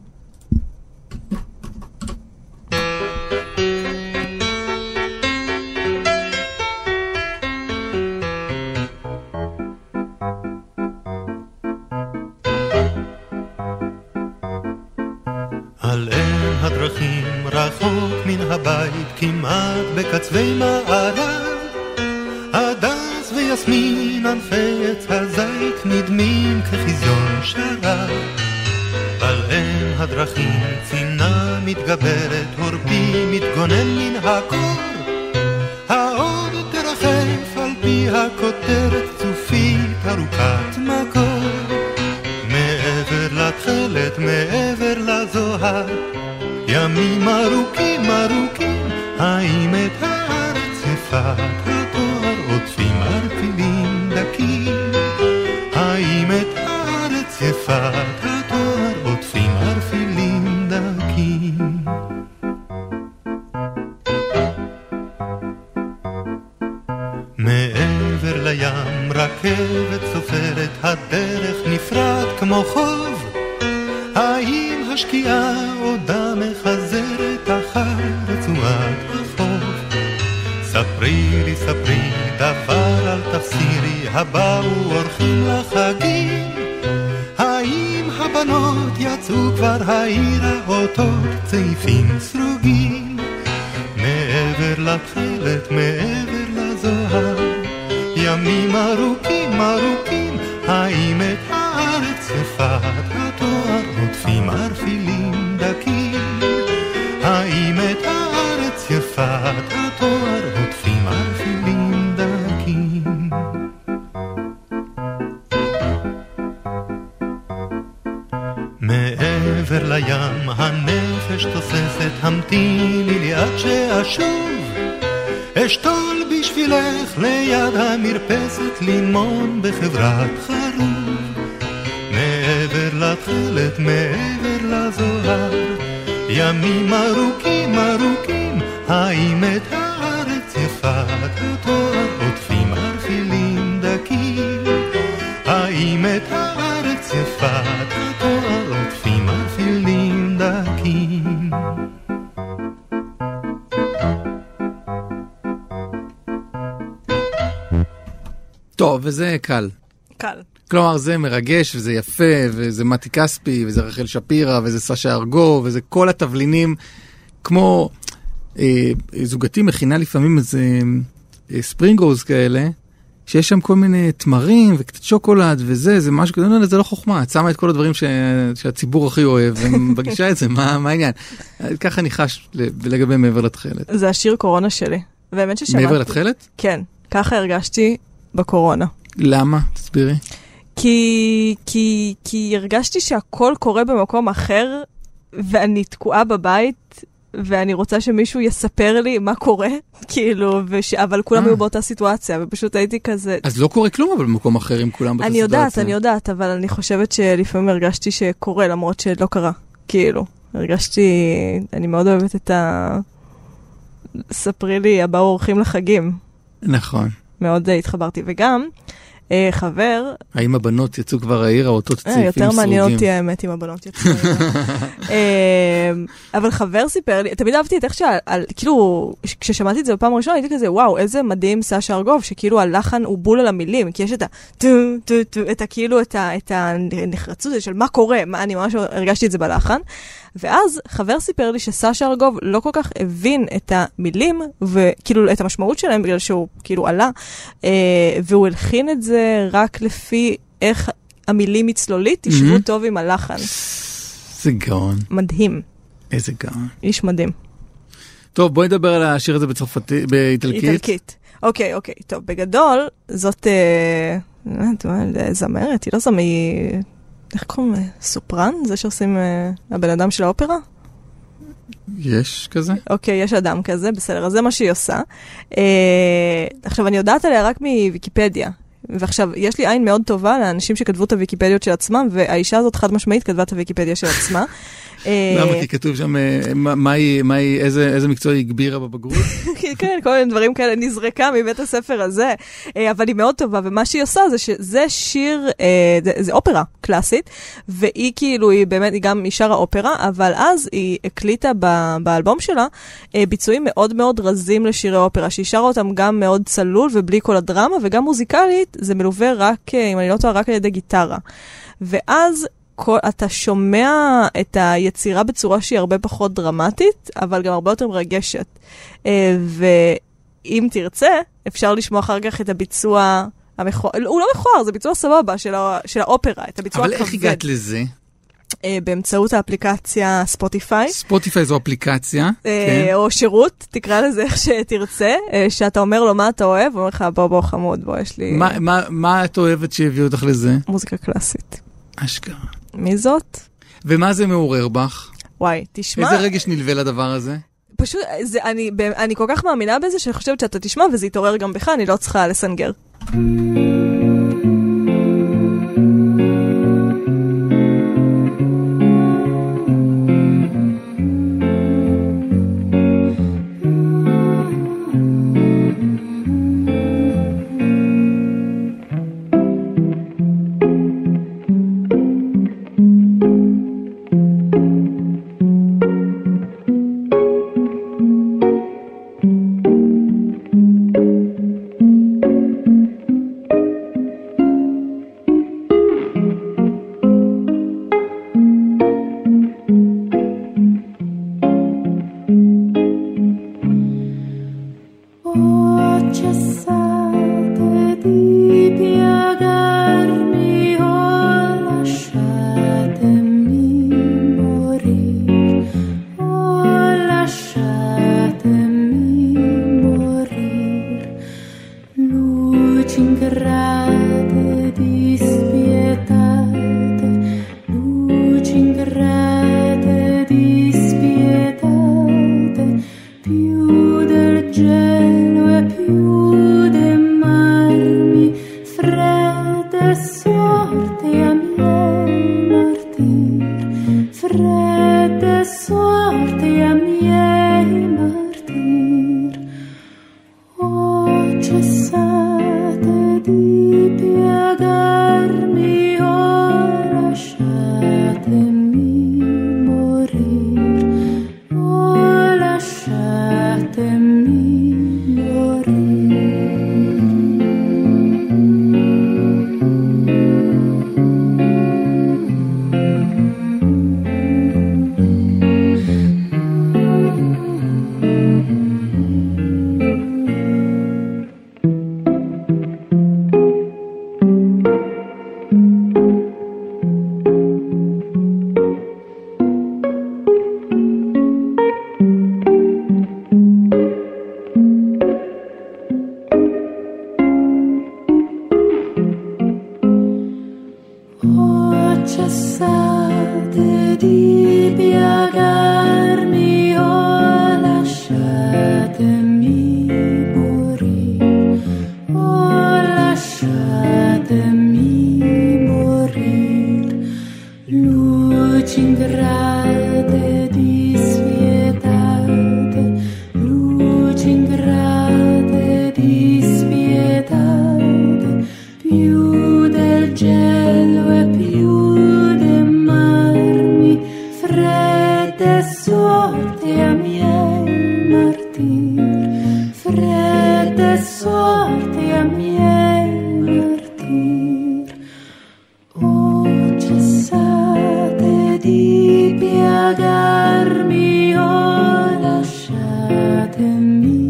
על אם הדרכים רחוק מן הבית כמעט בקצווי מערב הדס ויסמין ענפי עץ הזית נדמים כחיזיון שרב על אם הדרכים צינה מתגברת הורפי מתגונן מן הקור העוד תרחף על פי הכותרת צופית ארוכת מקור מעבר לתכלת מעבר לזוהר ימים ארוכים ארוכים האם את הארץ יפת התואר עוטפים ערפילים דקים האם את הארץ יפת התואר עוטפים ערפילים דקים מעבר לים רכבת סופרת הדרך נפרד כמו חוב האם השקיעה עודה מחזרת אחר רצועת החוף ספרי לי ספרי דבר אל תפסירי הבאו אורחים לחגים האם הבנות יצאו כבר העירה אותות צעיפים סרוגים מעבר לתכלת מעבר לזוהר ימים ארוכים ארוכים האם את הארץ יפת התואר עוטפים ערפילים דקים האם את הארץ יפת התואר עוטפים ערפילים דקים מעבר לים הנפש תוססת המתיני לי עד שאשוב אשתול בשבילך ליד המרפסת לימון בחברת חרוב מעבר לתכלת מעבר לזוהר ימים ארוכים ארוכים האם את הארץ יפת התואר עוטפים ערפילים דקים האם את הארץ יפת התואר עוטפים ערפילים דקים טוב, וזה קל. קל. כלומר, זה מרגש, וזה יפה, וזה מתי כספי, וזה רחל שפירא, וזה סשה ארגו, וזה כל התבלינים, כמו זוגתי מכינה לפעמים איזה ספרינגוז כאלה, שיש שם כל מיני תמרים וקצת שוקולד וזה, זה משהו כזה, זה לא חוכמה, את שמה את כל הדברים שהציבור הכי אוהב, ומבגישה את זה, מה העניין? ככה אני חש לגבי מעבר לתכלת. זה השיר קורונה שלי. והאמת ששמעתי... מעבר לתכלת? כן, ככה הרגשתי בקורונה. למה? תסבירי. כי הרגשתי שהכל קורה במקום אחר, ואני תקועה בבית, ואני רוצה שמישהו יספר לי מה קורה, כאילו, אבל כולם היו באותה סיטואציה, ופשוט הייתי כזה... אז לא קורה כלום, אבל במקום אחר עם כולם באותה סיטואציה. אני יודעת, אבל אני חושבת שלפעמים הרגשתי שקורה, למרות שלא קרה. כאילו, הרגשתי... אני מאוד אוהבת את ה... ספרי לי, הבאו אורחים לחגים. נכון. מאוד התחברתי. וגם... חבר... האם הבנות יצאו כבר העיר, האותות צעיפים סרוגים? יותר מעניין אותי האמת אם הבנות יצאו העיר. אבל חבר סיפר לי, תמיד אהבתי את איך כאילו, כששמעתי את זה בפעם הראשונה, הייתי כזה, וואו, איזה מדהים סשה ארגוב, שכאילו הלחן הוא בול על המילים, כי יש את כאילו, את הנחרצות של מה קורה, אני ממש הרגשתי את זה בלחן. ואז חבר סיפר לי שסשה ארגוב לא כל כך הבין את המילים, וכאילו את המשמעות שלהם, בגלל שהוא כאילו עלה, והוא הלחין את זה רק לפי איך המילים מצלולית תשבו טוב עם הלחן. זה גאון. מדהים. איזה גאון. איש מדהים. טוב, בואי נדבר על השיר הזה באיטלקית. איטלקית. אוקיי. טוב, בגדול, זאת זמרת, היא לא זמרת, איך קוראים? סופרן? זה שעושים הבן אדם של האופרה? יש כזה? אוקיי, יש אדם כזה, בסדר, אז זה מה שהיא עושה. עכשיו, אני יודעת עליה רק מוויקיפדיה. ועכשיו, יש לי עין מאוד טובה לאנשים שכתבו את הוויקיפדיות של עצמם, והאישה הזאת חד משמעית כתבה את הוויקיפדיה של עצמה. למה? כי כתוב שם איזה מקצוע היא הגבירה בבגרות? כן, כל מיני דברים כאלה נזרקה מבית הספר הזה, אבל היא מאוד טובה, ומה שהיא עושה זה שזה שיר, זה אופרה קלאסית, והיא כאילו, היא באמת, היא גם שרה אופרה, אבל אז היא הקליטה באלבום שלה ביצועים מאוד מאוד רזים לשירי אופרה, שהיא שרה אותם גם מאוד צלול ובלי כל הדרמה, וגם מוזיקלית, זה מלווה רק, אם אני לא טועה, רק על ידי גיטרה. ואז אתה שומע את היצירה בצורה שהיא הרבה פחות דרמטית, אבל גם הרבה יותר מרגשת. ואם תרצה, אפשר לשמוע אחר כך את הביצוע המכוער, הוא לא מכוער, זה ביצוע סבבה של האופרה, את הביצוע הכבד. אבל איך הגעת לזה? באמצעות האפליקציה ספוטיפיי. ספוטיפיי זו אפליקציה. או שירות, תקרא לזה איך שתרצה, שאתה אומר לו מה אתה אוהב, הוא אומר לך בוא חמוד, בוא יש לי... מה את אוהבת שהביאו אותך לזה? מוזיקה קלאסית. אשכרה. מי זאת? ומה זה מעורר בך? וואי, תשמע... איזה רגש נלווה לדבר הזה? פשוט, אני כל כך מאמינה בזה, שאני חושבת שאתה תשמע, וזה יתעורר גם בך, אני לא צריכה לסנגר. martir, fredde sorte a miei martir. Oh, cessate di piagarmi, oh, lasciatemi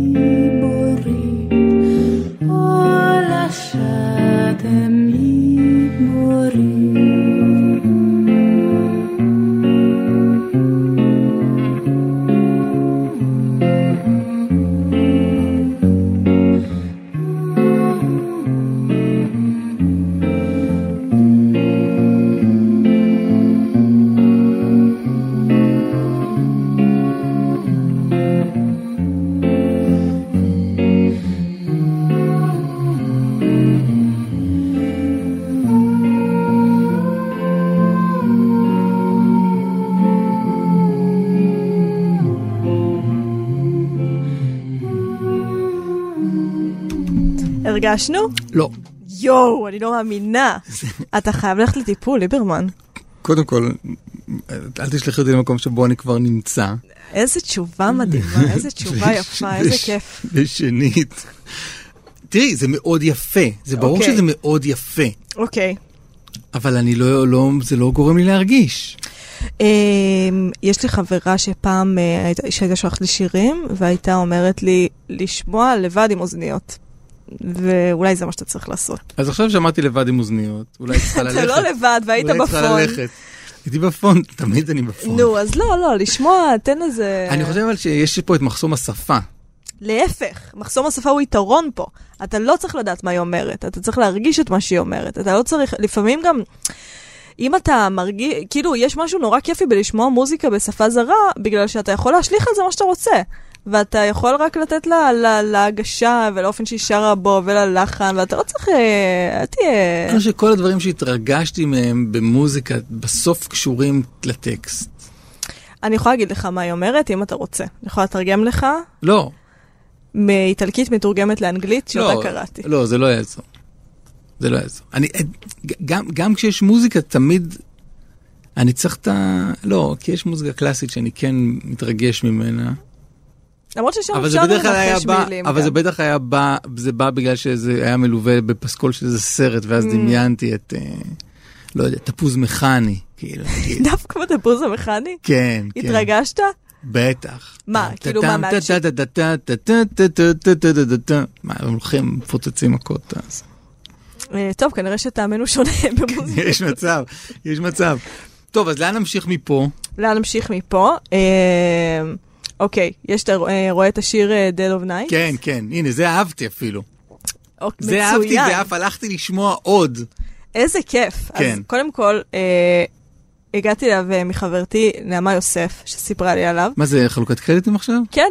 morire, oh, lasciatemi morire. הרגשנו? לא. יואו, אני לא מאמינה. אתה חייב ללכת לטיפול, ליברמן. קודם כל, אל תשלחי אותי למקום שבו אני כבר נמצא. איזה תשובה מדהימה, איזה תשובה יפה, איזה כיף. ושנית, תראי, זה מאוד יפה. זה ברור שזה מאוד יפה. אוקיי. אבל אני לא, זה לא גורם לי להרגיש. יש לי חברה שפעם שהייתה שולחת לי שירים, והייתה אומרת לי לשמוע לבד עם אוזניות. ואולי זה מה שאתה צריך לעשות. אז עכשיו שמעתי לבד עם אוזניות, אולי צריכה ללכת. אתה לא לבד, והיית בפון. אולי צריכה ללכת. הייתי בפון, תמיד אני בפון. נו, אז לא, לשמוע, תן לזה... אני חושב אבל שיש פה את מחסום השפה. להפך, מחסום השפה הוא יתרון פה. אתה לא צריך לדעת מה היא אומרת, אתה צריך להרגיש את מה שהיא אומרת. אתה לא צריך, לפעמים גם... אם אתה מרגיש, כאילו, יש משהו נורא כיפי בלשמוע מוזיקה בשפה זרה, בגלל שאתה יכול להשליך על זה מה שאתה רוצה. ואתה יכול רק לתת להגשה ולאופן שהיא שרה בו וללחן, ואתה לא צריך, תהיה... אני חושב שכל הדברים שהתרגשתי מהם במוזיקה בסוף קשורים לטקסט. אני יכולה להגיד לך מה היא אומרת, אם אתה רוצה. אני יכולה לתרגם לך? לא. מאיטלקית מתורגמת לאנגלית, שאותה קראתי. לא, זה לא יעזור. זה לא יעזור. גם כשיש מוזיקה, תמיד... אני צריך את ה... לא, כי יש מוזיקה קלאסית שאני כן מתרגש ממנה. למרות ששם אפשר לנחש מילים. אבל זה בטח היה בא, זה בא בגלל שזה היה מלווה בפסקול של איזה סרט, ואז דמיינתי את, לא יודע, תפוז מכני. דווקא בתפוז המכני? כן. התרגשת? בטח. מה? כאילו מה מהשיר? מה, הם הולכים מפוצצים מכות אז. טוב, כנראה שתאמנו שונה במוזיקה. יש מצב. טוב, אז לאן נמשיך מפה? אוקיי, אתה רואה את השיר Dead of Night? כן, הנה, זה אהבתי אפילו. מצוין. זה אהבתי, ואף הלכתי לשמוע עוד. איזה כיף. כן. אז קודם כל, הגעתי אליו מחברתי נעמה יוסף, שסיפרה לי עליו. מה זה, חלוקת קרדיטים עכשיו? כן.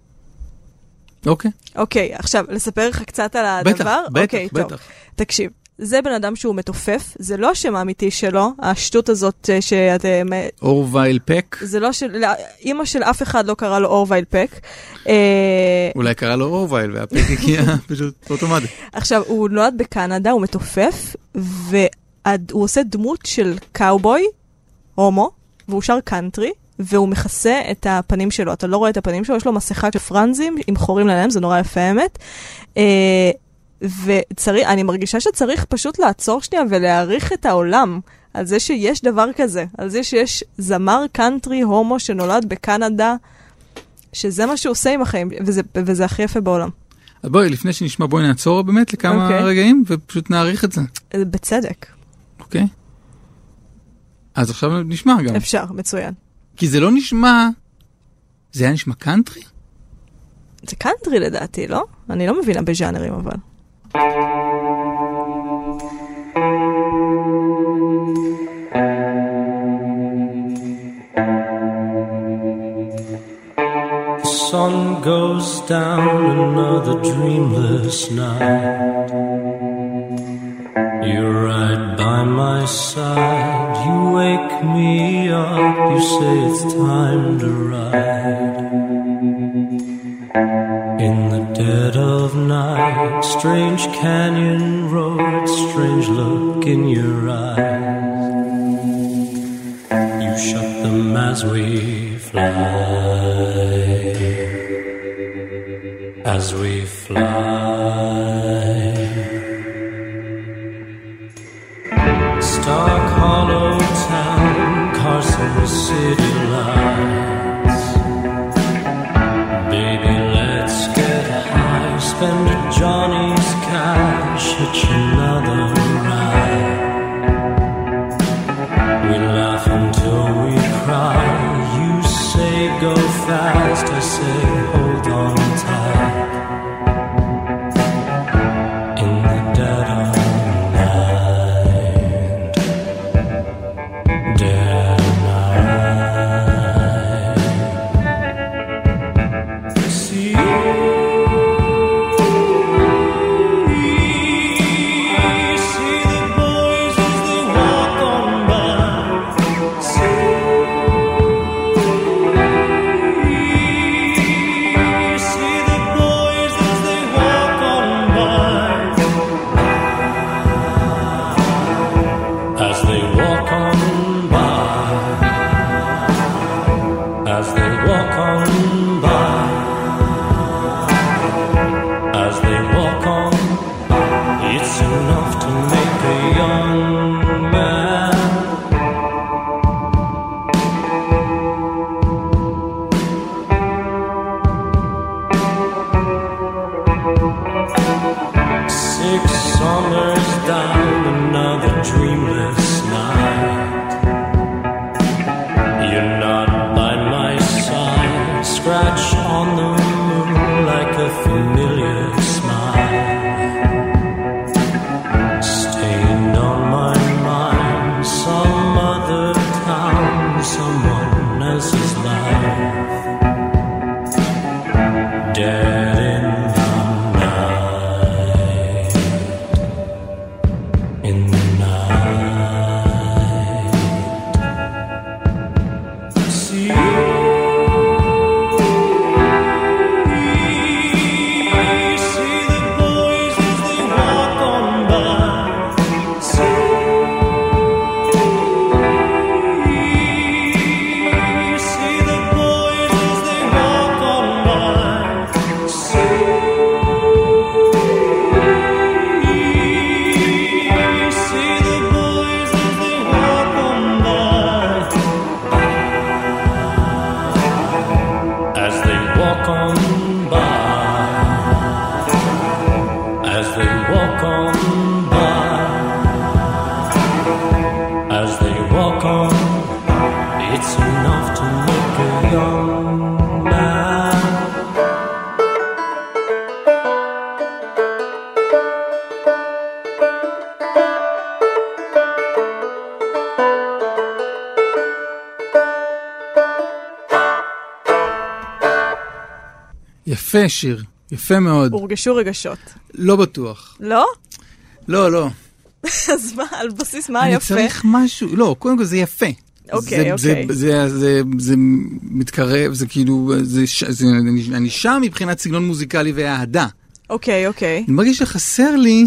אוקיי, עכשיו, לספר לך קצת על הדבר? בטח. תקשיב. זה בן אדם שהוא מתופף, זה לא השם האמיתי שלו, השטות הזאת שאתם... אורווייל פק? זה לא אמא של אף אחד לא קרא לו אורווייל פק. אולי קרא לו אורווייל, והפק הגיע פשוט אוטומטי. עכשיו, הוא נולד בקנדה, הוא מתופף, והוא עושה דמות של קאובוי, הומו, והוא שר קאנטרי, והוא מכסה את הפנים שלו. אתה לא רואה את הפנים שלו, יש לו מסכה של פרנזים עם חורים להם, זה נורא יפה האמת. ואני מרגישה שצריך פשוט לעצור שנייה ולהעריך את העולם על זה שיש דבר כזה, על זה שיש זמר קאנטרי הומו שנולד בקנדה, שזה מה שהוא עושה עם החיים, וזה הכי יפה בעולם. אז בואי, לפני שנשמע, בואי נעצור באמת לכמה רגעים, ופשוט נעריך את זה. בצדק. אוקיי. אז עכשיו נשמע גם. אפשר, מצוין. כי זה לא נשמע, זה היה נשמע קאנטרי? זה קאנטרי לדעתי, לא? אני לא מבינה בז'אנרים, אבל. The sun goes down another dreamless night. You're right by my side. You wake me up. You say it's time to ride. In the dead of night, strange canyon roads, strange look in your eyes. You shut them as we fly. as we fly. Stark Hollow Town, Carson City lights. Baby, let's get high, spend Johnny's cash, hitch another ride. We laugh until we cry. You say go fast, I say hold on tight. In the dead of night, dead night. See the boys as they walk on by. See the boys as they walk on by. As they walk on by. As they walk on by. As they walk on, it's enough to make a young man. Six summers down, another dreamless night. You're not by my side, scratch on the moon like a familiar smile. Stained on my mind, some other town, someone else's life. Dead in the night. In the night. See the boys as they walk on by. See the boys as they walk on by. See the boys as they walk on by. As they walk on by. As they walk on by. As they walk on, it's enough to make a young man. יפה שיר, יפה מאוד. הורגשו רגשות. לא בטוח. לא? לא, לא. אז מה, על בסיס מה אני יפה? צריך משהו, לא, קודם כל זה יפה. אוקיי, אוקיי. זה מתקרב, זה כאילו, אני שם מבחינת סגנון מוזיקלי והאהדה. אוקיי, אוקיי. אני מרגיש שחסר לי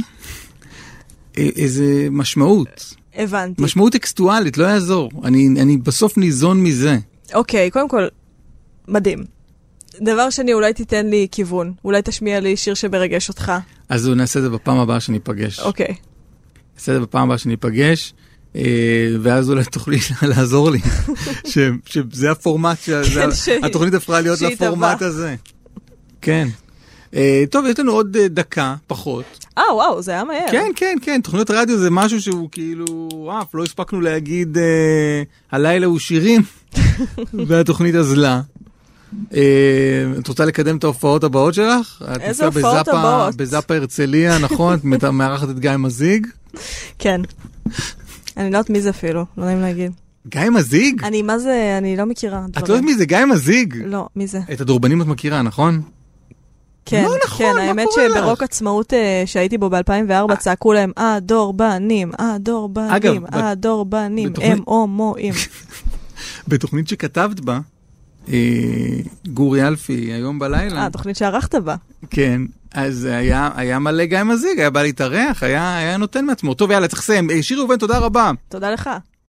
איזה משמעות. הבנתי. משמעות טקסטואלית, לא יעזור. אני בסוף ניזון מזה. אוקיי, קודם כל, מדהים. דבר שני, אולי תיתן לי כיוון. אולי תשמיע לי שיר שמרגש אותך. אז נעשה את זה בפעם הבאה שאני אפגש. אוקיי. נעשה את זה בפעם הבאה שאני אפגש, ואז אולי תוכלי לעזור לי. שזה הפורמט, התוכנית הפכה להיות לפורמט הזה. כן. טוב, יש לנו עוד דקה, פחות. וואו, זה היה מהר. כן, כן, כן. תוכניות רדיו זה משהו שהוא כאילו, לא הספקנו להגיד, הלילה הוא שירים, והתוכנית הזלה. את רוצה לקדם את ההופעות הבאות שלך? איזה הופעות הבאות? בזאפה הרצליה, נכון? את מארחת את גיא מזיג? כן. אני לא יודעת מי זה אפילו, לא נעים להגיד. גיא מזיג? מה זה, אני לא מכירה. את לא יודעת מי זה? גיא מזיג? לא, מי זה? את הדורבנים את מכירה, נכון? כן, לא נכון, כן, האמת שברוק עצמאות שהייתי בו ב-2004 צעקו להם, דורבנים, דורבנים, דורבנים, הם הומואים. בתוכנית שכתבת בה, גורי אלפי, היום בלילה. תוכנית שערכת בה. כן, אז היה מלא גיא מזיג, היה בא להתארח, היה נותן מעצמו. טוב, יאללה, צריך לסיים. שיר ראובן, תודה רבה. תודה לך.